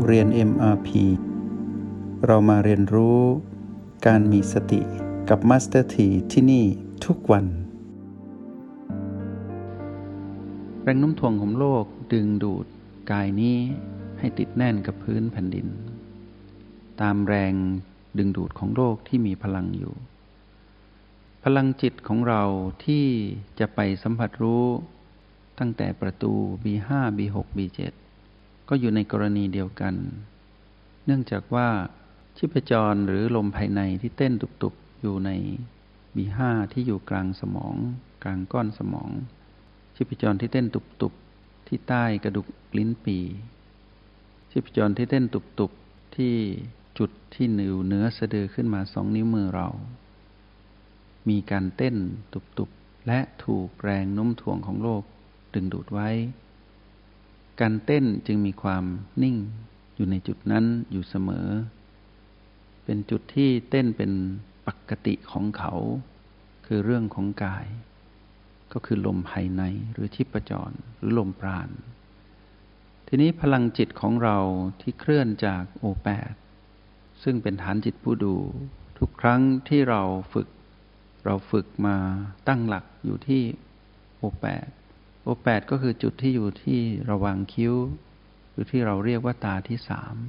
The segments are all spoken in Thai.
เรียน MRP เรามาเรียนรู้การมีสติกับ Master T ที่นี่ทุกวันแรงโน้มถ่วงของโลกดึงดูดกายนี้ให้ติดแน่นกับพื้นแผ่นดินตามแรงดึงดูดของโลกที่มีพลังอยู่พลังจิตของเราที่จะไปสัมผัสรู้ตั้งแต่ประตู B5 B6 B7 ก็อยู่ในกรณีเดียวกันเนื่องจากว่าชีพจรหรือลมภายในที่เต้นตุบๆอยู่ใน B5 ที่อยู่กลางสมองกลางก้อนสมองชีพจรที่เต้นตุบๆที่ใต้กระดูกลิ้นปี่ชีพจรที่เต้นตุบๆที่จุดที่เหนือสะดือขึ้นมา2 นิ้วมือเรามีการเต้นตุบๆและถูกแรงโน้มถ่วงของโลกดึงดูดไว้การเต้นจึงมีความนิ่งอยู่ในจุดนั้นอยู่เสมอเป็นจุดที่เต้นเป็นปกติของเขาคือเรื่องของกายก็คือลมภายในหรือชีพจรหรือลมปราณทีนี้พลังจิตของเราที่เคลื่อนจากโอแปดซึ่งเป็นฐานจิตผู้ดูทุกครั้งที่เราฝึกมาตั้งหลักอยู่ที่โอแปดก็คือจุดที่อยู่ที่ระหว่างคิ้วหรือที่เราเรียกว่าตาที่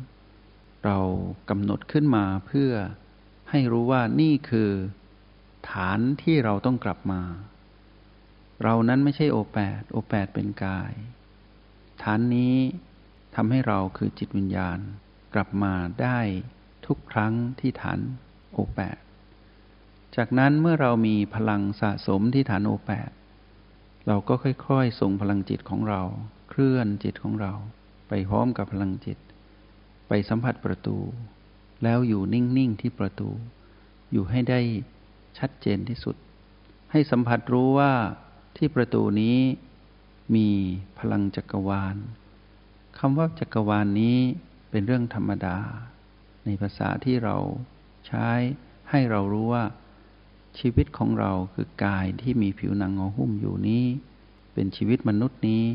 3เรากำหนดขึ้นมาเพื่อให้รู้ว่านี่คือฐานที่เราต้องกลับมาเรานั้นไม่ใช่โอแปดเป็นกายฐานนี้ทำให้เราคือจิตวิญญาณกลับมาได้ทุกครั้งที่ฐานโอแปดจากนั้นเมื่อเรามีพลังสะสมที่ฐานโอแปดเราก็ค่อยๆส่งพลังจิตของเราเคลื่อนจิตของเราไปพร้อมกับพลังจิตไปสัมผัสประตูแล้วอยู่นิ่งๆที่ประตูอยู่ให้ได้ชัดเจนที่สุดให้สัมผัสรู้ว่าที่ประตูนี้มีพลังจักรวาลคำว่าจักรวาลนี้เป็นเรื่องธรรมดาในภาษาที่เราใช้ให้เรารู้ว่าชีวิตของเราคือกายที่มีผิวหนังห่อหุ้มอยู่นี้เป็นชีวิตมนุษย์นี้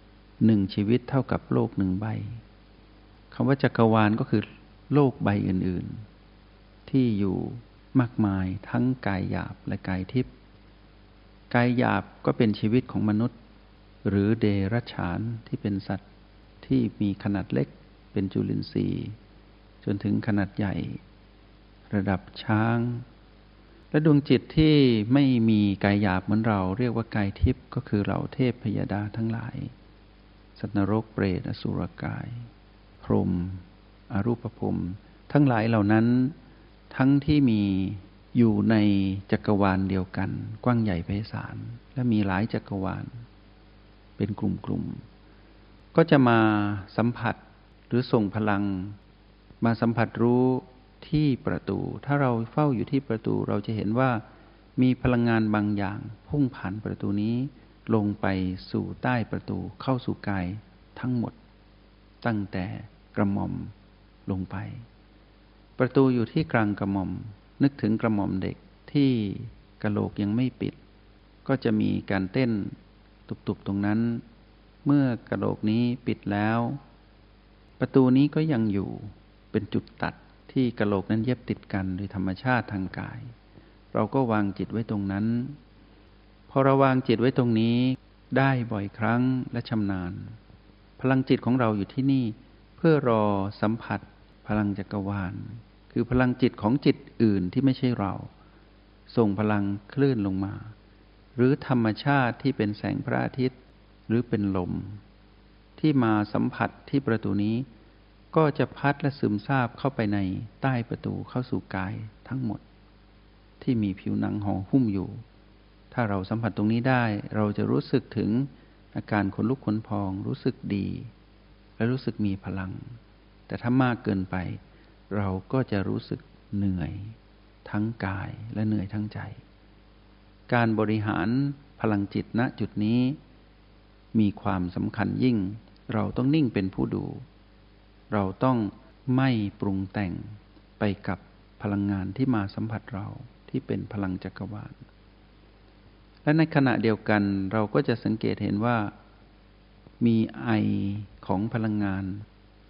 1 ชีวิตเท่ากับโลก1 ใบคำว่าจักรวาลก็คือโลกใบอื่นๆที่อยู่มากมายทั้งกายหยาบและกายทิพย์กายหยาบก็เป็นชีวิตของมนุษย์หรือเดรัจฉานที่เป็นสัตว์ที่มีขนาดเล็กเป็นจุลินทรีย์จนถึงขนาดใหญ่ระดับช้างและดวงจิตที่ไม่มีกายหยาบเหมือนเราเรียกว่ากายทิพย์ก็คือเหล่าเทพพยดาทั้งหลายสัตว์นรกเปรตอสุรกายพรหมอรูปภพทั้งหลายเหล่านั้นทั้งที่มีอยู่ในจักรวาลเดียวกันกว้างใหญ่ไพศาลและมีหลายจักรวาลเป็นกลุ่มๆก็จะมาสัมผัสหรือส่งพลังมาสัมผัสรู้ที่ประตูถ้าเราเฝ้าอยู่ที่ประตูเราจะเห็นว่ามีพลังงานบางอย่างพุ่งผ่านประตูนี้ลงไปสู่ใต้ประตูเข้าสู่กายทั้งหมดตั้งแต่กระหม่อมลงไปประตูอยู่ที่กลางกระหม่อมนึกถึงกระหม่อมเด็กที่กะโหลกยังไม่ปิดก็จะมีการเต้นตุบๆตรงนั้นเมื่อกะโหลกนี้ปิดแล้วประตูนี้ก็ยังอยู่เป็นจุดตัดที่กะโหลกนั้นเย็บติดกันโดยธรรมชาติทางกายเราก็วางจิตไว้ตรงนั้นพอเราวางจิตไว้ตรงนี้ได้บ่อยครั้งและชำนาญพลังจิตของเราอยู่ที่นี่เพื่อรอสัมผัสพลังจักรวาลคือพลังจิตของจิตอื่นที่ไม่ใช่เราส่งพลังคลื่นลงมาหรือธรรมชาติที่เป็นแสงพระอาทิตย์หรือเป็นลมที่มาสัมผัสที่ประตูนี้ก็จะพัดและซึมซาบเข้าไปในใต้ประตูเข้าสู่กายทั้งหมดที่มีผิวหนังห่อหุ้มอยู่ถ้าเราสัมผัสตรงนี้ได้เราจะรู้สึกถึงอาการขนลุกขนพองรู้สึกดีและรู้สึกมีพลังแต่ถ้ามากเกินไปเราก็จะรู้สึกเหนื่อยทั้งกายและเหนื่อยทั้งใจการบริหารพลังจิตณจุดนี้มีความสำคัญยิ่งเราต้องนิ่งเป็นผู้ดูเราต้องไม่ปรุงแต่งไปกับพลังงานที่มาสัมผัสเราที่เป็นพลังจักรวาลและในขณะเดียวกันเราก็จะสังเกตเห็นว่ามีไอของพลังงาน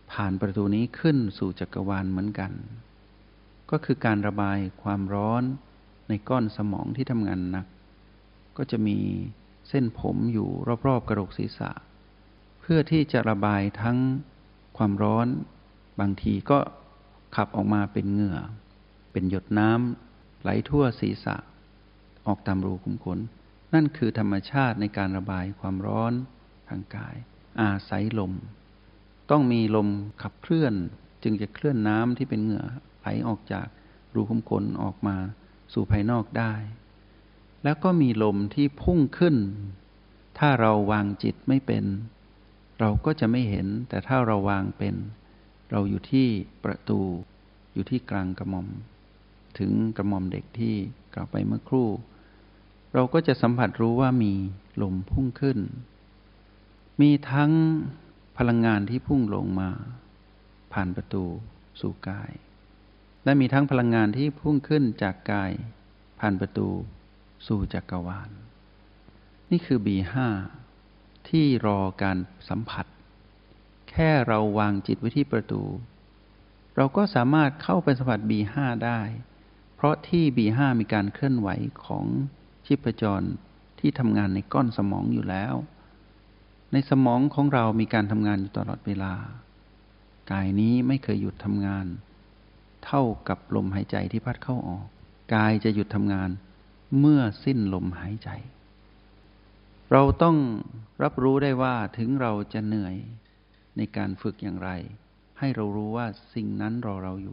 ผ่านประตูนี้ขึ้นสู่จักรวาลเหมือนกันก็คือการระบายความร้อนในก้อนสมองที่ทำงานหนักก็จะมีเส้นผมอยู่รอบๆกระโหลกศีรษะเพื่อที่จะระบายทั้งความร้อนบางทีก็ขับออกมาเป็นเหงื่อเป็นหยดน้ำไหลทั่วศีรษะออกตามรูขุมขนนั่นคือธรรมชาติในการระบายความร้อนทางกายอาศัยลมต้องมีลมขับเคลื่อนจึงจะเคลื่อนน้ำที่เป็นเหงื่อไหลออกจากรูขุมขนออกมาสู่ภายนอกได้แล้วก็มีลมที่พุ่งขึ้นถ้าเราวางจิตไม่เป็นเราก็จะไม่เห็นแต่ถ้าเราวางเป็นเราอยู่ที่ประตูอยู่ที่กลางกระหม่อมถึงกระหม่อมเด็กที่กล่าวไปเมื่อครู่เราก็จะสัมผัสรู้ว่ามีลมพุ่งขึ้นมีทั้งพลังงานที่พุ่งลงมาผ่านประตูสู่กายและมีทั้งพลังงานที่พุ่งขึ้นจากกายผ่านประตูสู่จักรวาลนี่คือ B5 ที่รอการสัมผัสแค่เราวางจิตไว้ที่ประตูเราก็สามารถเข้าไปสัมผัส B5 ได้เพราะที่ B5 มีการเคลื่อนไหวของชีพจรที่ทำงานในก้อนสมองอยู่แล้วในสมองของเรามีการทำงานอยู่ตลอดเวลากายนี้ไม่เคยหยุดทำงานเท่ากับลมหายใจที่พัดเข้าออกกายจะหยุดทำงานเมื่อสิ้นลมหายใจเราต้องรับรู้ได้ว่าถึงเราจะเหนื่อยในการฝึกอย่างไรให้เรารู้ว่าสิ่งนั้นรอเราอยู่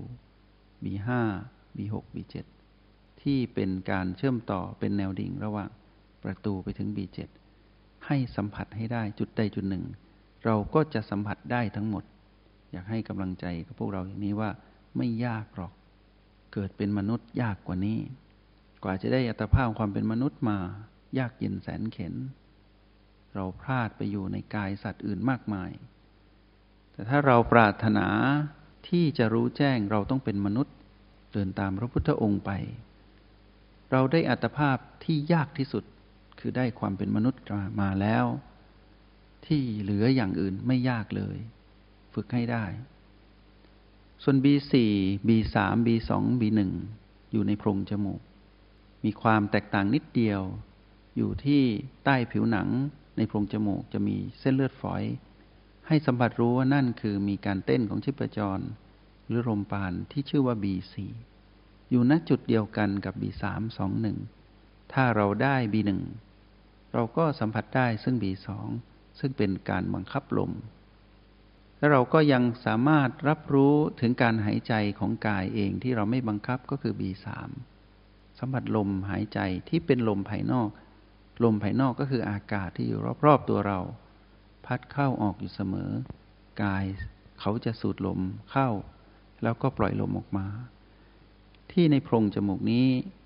B5 B6 B7 ที่เป็นการเชื่อมต่อเป็นแนวดิ่งระหว่างประตูไปถึง B7 ให้สัมผัสให้ได้จุดใดจุดหนึ่งเราก็จะสัมผัสได้ทั้งหมดอยากให้กำลังใจกับพวกเราอย่างนี้ว่าไม่ยากหรอกเกิดเป็นมนุษย์ยากกว่านี้กว่าจะได้อัตภาพความเป็นมนุษย์มายากเย็นแสนเข็ญเราพลาดไปอยู่ในกายสัตว์อื่นมากมายแต่ถ้าเราปรารถนาที่จะรู้แจ้งเราต้องเป็นมนุษย์เดินตามพระพุทธองค์ไปเราได้อัตภาพที่ยากที่สุดคือได้ความเป็นมนุษย์มาแล้วที่เหลืออย่างอื่นไม่ยากเลยฝึกให้ได้ส่วน B4 B3 B2 B1 อยู่ในโพรงจมูกมีความแตกต่างนิดเดียวอยู่ที่ใต้ผิวหนังในโพรงจมูกจะมีเส้นเลือดฝอยให้สัมผัสรู้ว่านั่นคือมีการเต้นของชีพจรหรือลมปราณที่ชื่อว่า B4 อยู่ณจุดเดียวกันกับ B321 ถ้าเราได้ B1 เราก็สัมผัสได้ซึ่ง B2 ซึ่งเป็นการบังคับลมและเราก็ยังสามารถรับรู้ถึงการหายใจของกายเองที่เราไม่บังคับก็คือ B3 สัมผัสลมหายใจที่เป็นลมภายนอกลมภายนอกก็คืออากาศที่อยู่รอบๆตัวเราพัดเข้าออกอยู่เสมอกายเขาจะสูดลมเข้าแล้วก็ปล่อยลมออกมาที่ในโพรงจมูกนี้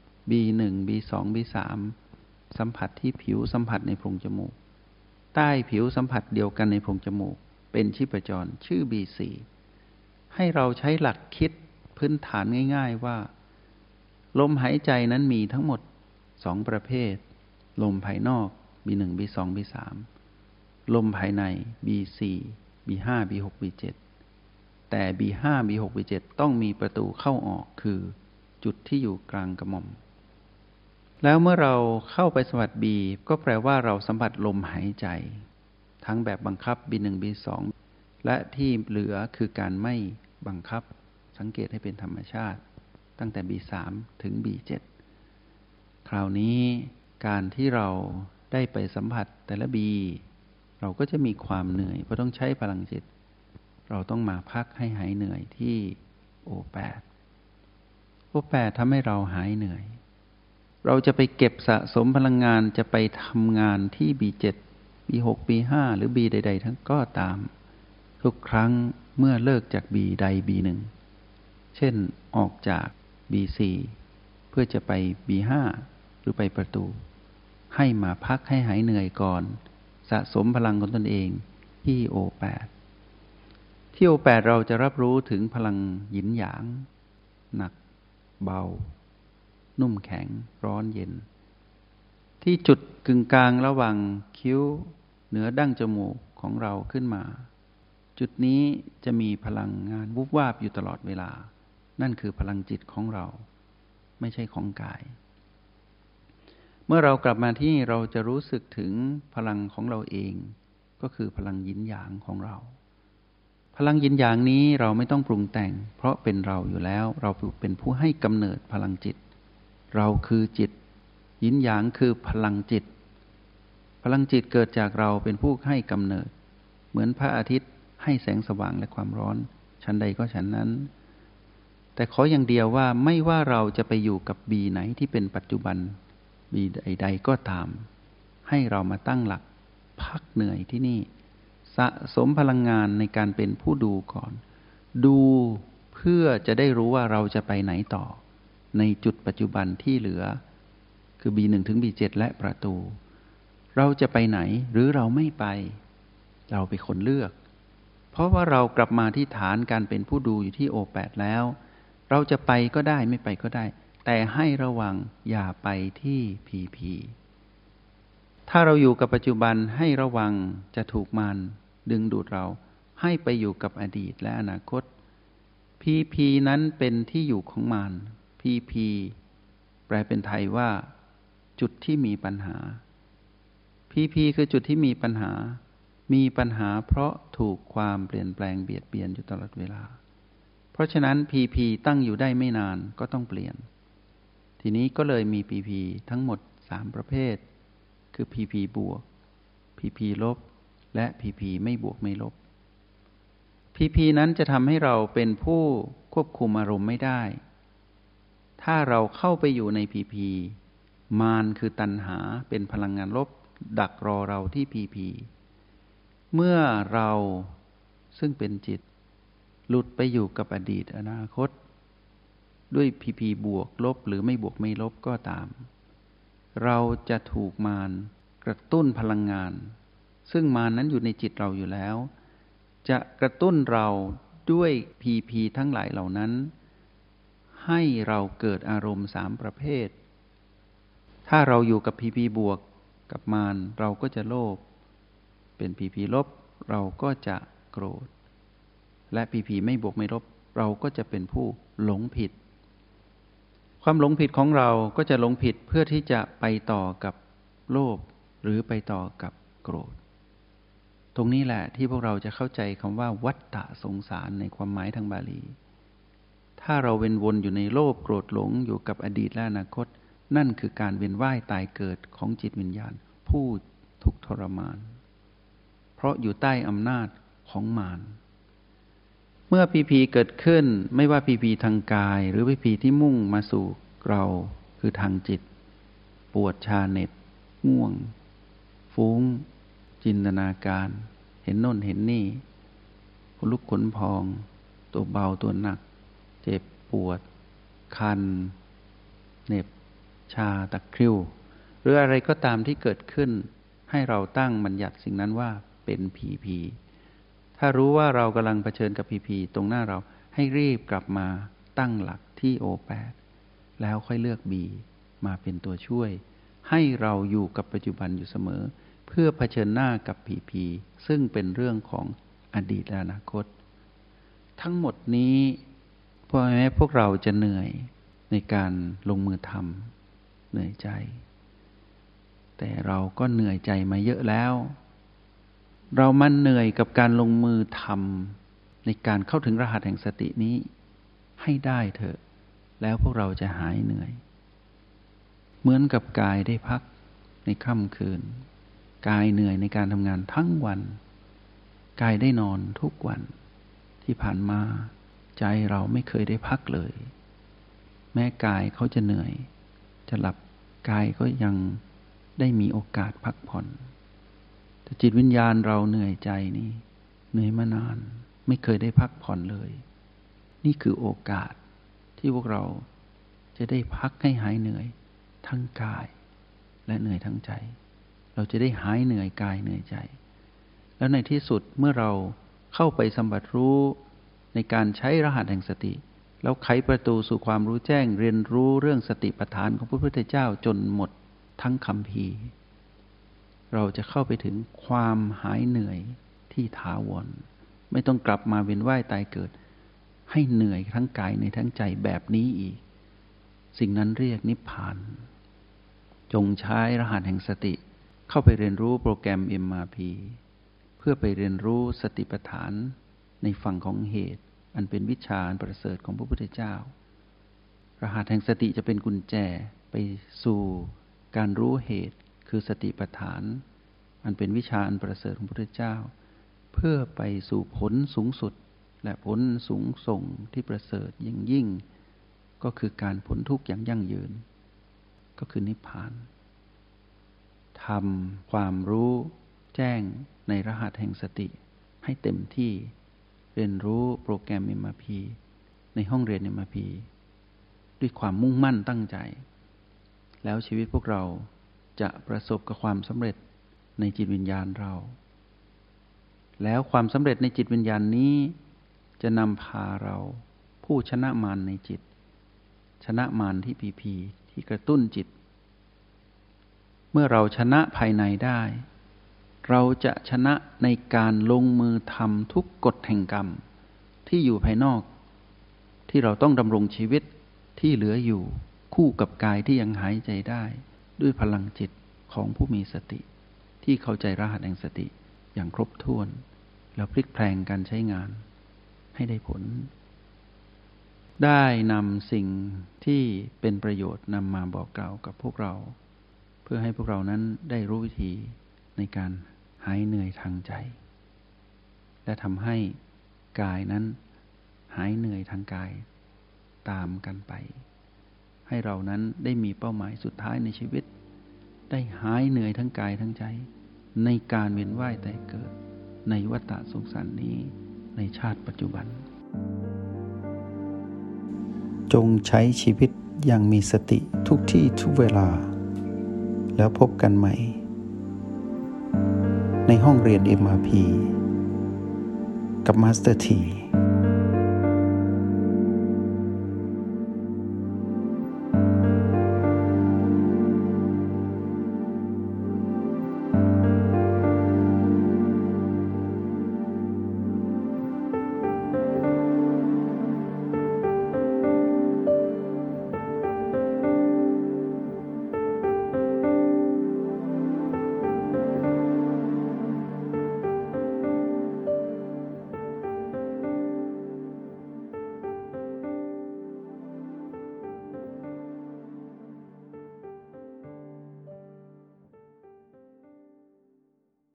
B1 B2 B3 สัมผัสที่ผิวสัมผัสในโพรงจมูกใต้ผิวสัมผัสเดียวกันในโพรงจมูกเป็นชีพจรชื่อ B4 ให้เราใช้หลักคิดพื้นฐานง่ายๆว่าลมหายใจนั้นมีทั้งหมด2ประเภทลมภายนอก B1 B2 B3 ลมภายใน B4 B5 B6 B7 แต่ B5 B6 B7 ต้องมีประตูเข้าออกคือจุดที่อยู่กลางกระหม่อมแล้วเมื่อเราเข้าไปสัมผัส B ก็แปลว่าเราสัมผัสลมหายใจทั้งแบบบังคับ B1 B2 และที่เหลือคือการไม่บังคับสังเกตให้เป็นธรรมชาติตั้งแต่ B3 ถึง B7 คราวนี้การที่เราได้ไปสัมผัสแต่ละ B เราก็จะมีความเหนื่อยเพราะต้องใช้พลังจิตเราต้องมาพักให้หายเหนื่อยที่ O8 O8 ทำให้เราหายเหนื่อยเราจะไปเก็บสะสมพลังงานจะไปทำงานที่ B7 B6 B5 หรือ B ใดๆทั้งก็ตามทุกครั้งเมื่อเลิกจาก B ใด B1 เช่นออกจาก B4 เพื่อจะไป B5 หรือไปประตูให้มาพักให้หายเหนื่อยก่อนสะสมพลังของตนเองที่ O8 ที่ O8 เราจะรับรู้ถึงพลังหยินหยางหนักเบานุ่มแข็งร้อนเย็นที่จุดกึ่งกลางระหว่างคิ้วเหนือดั้งจมูกของเราขึ้นมาจุดนี้จะมีพลังงานวุบวาบอยู่ตลอดเวลานั่นคือพลังจิตของเราไม่ใช่ของกายเมื่อเรากลับมาที่เราจะรู้สึกถึงพลังของเราเองก็คือพลังยินหยางของเราพลังยินหยางนี้เราไม่ต้องปรุงแต่งเพราะเป็นเราอยู่แล้วเราเป็นผู้ให้กำเนิดพลังจิตเราคือจิตยินหยางคือพลังจิตพลังจิตเกิดจากเราเป็นผู้ให้กำเนิดเหมือนพระอาทิตย์ให้แสงสว่างและความร้อนชั้นใดก็ชั้นนั้นแต่ขออย่างเดียวว่าไม่ว่าเราจะไปอยู่กับบีไหนที่เป็นปัจจุบันบีใดๆก็ตามให้เรามาตั้งหลักพักเหนื่อยที่นี่สะสมพลังงานในการเป็นผู้ดูก่อนดูเพื่อจะได้รู้ว่าเราจะไปไหนต่อในจุดปัจจุบันที่เหลือคือ B1 ถึง B7 และประตูเราจะไปไหนหรือเราไม่ไปเราเป็นคนเลือกเพราะว่าเรากลับมาที่ฐานการเป็นผู้ดูอยู่ที่ O8 แล้วเราจะไปก็ได้ไม่ไปก็ได้แต่ให้ระวังอย่าไปที่ PP ถ้าเราอยู่กับปัจจุบันให้ระวังจะถูกมันดึงดูดเราให้ไปอยู่กับอดีตและอนาคต PP นั้นเป็นที่อยู่ของมัน PP แปลเป็นไทยว่าจุดที่มีปัญหา PP คือจุดที่มีปัญหามีปัญหาเพราะถูกความเปลี่ยนแปลงเบียดเบียนอยู่ตลอดเวลาเพราะฉะนั้น PP ตั้งอยู่ได้ไม่นานก็ต้องเปลี่ยนทีนี้ก็เลยมี PP ทั้งหมด3ประเภทคือ PP บวก PP ลบและ PP ไม่บวกไม่ลบ PP นั้นจะทำให้เราเป็นผู้ควบคุมอารมณ์ไม่ได้ถ้าเราเข้าไปอยู่ใน PP มารคือตัณหาเป็นพลังงานลบดักรอเราที่ PP เมื่อเราซึ่งเป็นจิตหลุดไปอยู่กับอดีตอนาคตด้วย PP บวกลบหรือไม่บวกไม่ลบก็ตามเราจะถูกมารกระตุ้นพลังงานซึ่งมารนั้นอยู่ในจิตเราอยู่แล้วจะกระตุ้นเราด้วย PP ทั้งหลายเหล่านั้นให้เราเกิดอารมณ์3ประเภทถ้าเราอยู่กับ PP บวกกับมารเราก็จะโลภเป็น PP ลบเราก็จะโกรธและ PP ไม่บวกไม่ลบเราก็จะเป็นผู้หลงผิดความหลงผิดของเราก็จะหลงผิดเพื่อที่จะไปต่อกับโลภหรือไปต่อกับโกรธตรงนี้แหละที่พวกเราจะเข้าใจคำว่าวัฏฏะสงสารในความหมายทางบาลีถ้าเราเวียนวนอยู่ในโลภโกรธหลงอยู่กับอดีตและอนาคตนั่นคือการเวียนว่ายตายเกิดของจิตวิญญาณผู้ทุกข์ทรมานเพราะอยู่ใต้อำนาจของมารเมื่อพีพีเกิดขึ้นไม่ว่าพีพีทางกายหรือพีพีที่มุ่งมาสู่เราคือทางจิตปวดชาเหน็บง่วงฟุ้งจินตนาการเห็นโน่นเห็นนี่ขนลุกขนพองตัวเบาตัวหนักเจ็บปวดคันเหน็บชาตะคริวหรืออะไรก็ตามที่เกิดขึ้นให้เราตั้งบัญญัติสิ่งนั้นว่าเป็นผีถ้ารู้ว่าเรากำลังเผชิญกับผีตรงหน้าเราให้รีบกลับมาตั้งหลักที่ O8 แล้วค่อยเลือก B มาเป็นตัวช่วยให้เราอยู่กับปัจจุบันอยู่เสมอเพื่อเผชิญหน้ากับผีซึ่งเป็นเรื่องของอดีตและอนาคตทั้งหมดนี้พวกเราจะเหนื่อยในการลงมือทำเหนื่อยใจแต่เราก็เหนื่อยใจมาเยอะแล้วเรามันเหนื่อยกับการลงมือทำในการเข้าถึงรหัสแห่งสตินี้ให้ได้เถอะแล้วพวกเราจะหายเหนื่อยเหมือนกับกายได้พักในค่ำคืนกายเหนื่อยในการทำงานทั้งวันกายได้นอนทุกวันที่ผ่านมาใจเราไม่เคยได้พักเลยแม้กายเขาจะเหนื่อยจะหลับกายก็ยังได้มีโอกาสพักผ่อนแต่จิตวิญญาณเราเหนื่อยใจนี่เหนื่อยมานานไม่เคยได้พักผ่อนเลยนี่คือโอกาสที่พวกเราจะได้พักให้หายเหนื่อยทั้งกายและเหนื่อยทั้งใจเราจะได้หายเหนื่อยกายเหนื่อยใจแล้วในที่สุดเมื่อเราเข้าไปสัมผัสรู้ในการใช้รหัสแห่งสติแล้วไขประตูสู่ความรู้แจ้งเรียนรู้เรื่องสติปัฏฐานของพระพุทธเจ้าจนหมดทั้งคัมภีร์เราจะเข้าไปถึงความหายเหนื่อยที่ถาวรไม่ต้องกลับมาเวียนว่ายตายเกิดให้เหนื่อยทั้งกายในทั้งใจแบบนี้อีกสิ่งนั้นเรียกนิพพานจงใช้รหัสแห่งสติเข้าไปเรียนรู้โปรแกรม MRP เพื่อไปเรียนรู้สติปัฏฐานในฝั่งของเหตุอันเป็นวิชาอันประเสริฐของพระพุทธเจ้ารหัสแห่งสติจะเป็นกุญแจไปสู่การรู้เหตุคือสติปัฏฐานอันเป็นวิชาอันประเสริฐของพระพุทธเจ้าเพื่อไปสู่ผลสูงสุดและผลสูงส่งที่ประเสริฐอย่างยิ่งก็คือการพ้นทุกข์อย่างยั่งยืนก็คือนิพพานทำความรู้แจ้งในรหัสแห่งสติให้เต็มที่เรียนรู้โปรแกรม MRP ในห้องเรียน MRP ด้วยความมุ่งมั่นตั้งใจแล้วชีวิตพวกเราจะประสบกับความสำเร็จในจิตวิญญาณเราแล้วความสำเร็จในจิตวิญญาณนี้จะนำพาเราผู้ชนะมารในจิตชนะมารที่ผีที่กระตุ้นจิตเมื่อเราชนะภายในได้เราจะชนะในการลงมือทำทุกกฎแห่งกรรมที่อยู่ภายนอกที่เราต้องดำรงชีวิตที่เหลืออยู่คู่กับกายที่ยังหายใจได้ด้วยพลังจิตของผู้มีสติที่เข้าใจรหัสแห่งสติอย่างครบถ้วนแล้วพลิกแพลงการใช้งานให้ได้ผลได้นำสิ่งที่เป็นประโยชน์นำมาบอกกล่าวกับพวกเราเพื่อให้พวกเรานั้นได้รู้วิธีในการหายเหนื่อยทางใจและทำให้กายนั้นหายเหนื่อยทางกายตามกันไปให้เรานั้นได้มีเป้าหมายสุดท้ายในชีวิตได้หายเหนื่อยทั้งกายทั้งใจในการเวียนว่ายตายเกิดในวัฏฏะสงสารนี้ในชาติปัจจุบันจงใช้ชีวิตอย่างมีสติทุกที่ทุกเวลาแล้วพบกันใหม่ในห้องเรียน MRP กับมาสเตอร์ที